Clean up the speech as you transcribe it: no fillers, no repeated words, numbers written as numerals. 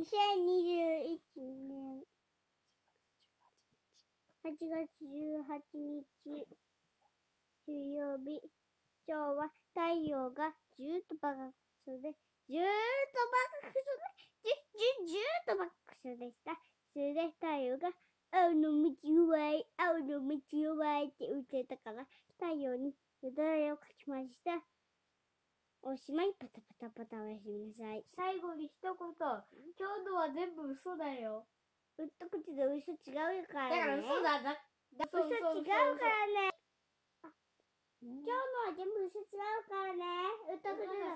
2021年8月18日水曜日。今日は太陽がじゅーっとバックスで、じゅーっとバックスでした。それで太陽が青の道は青の道はって言ってたから、太陽によだれをかきました。おしまい。パタパタパタおやすみなさい。 最後に一言。今日のは全部嘘だよ。 うっとくちで嘘違うからね。 だから嘘だ。 嘘違うからね。今日のは全部嘘違うからね。うっとくち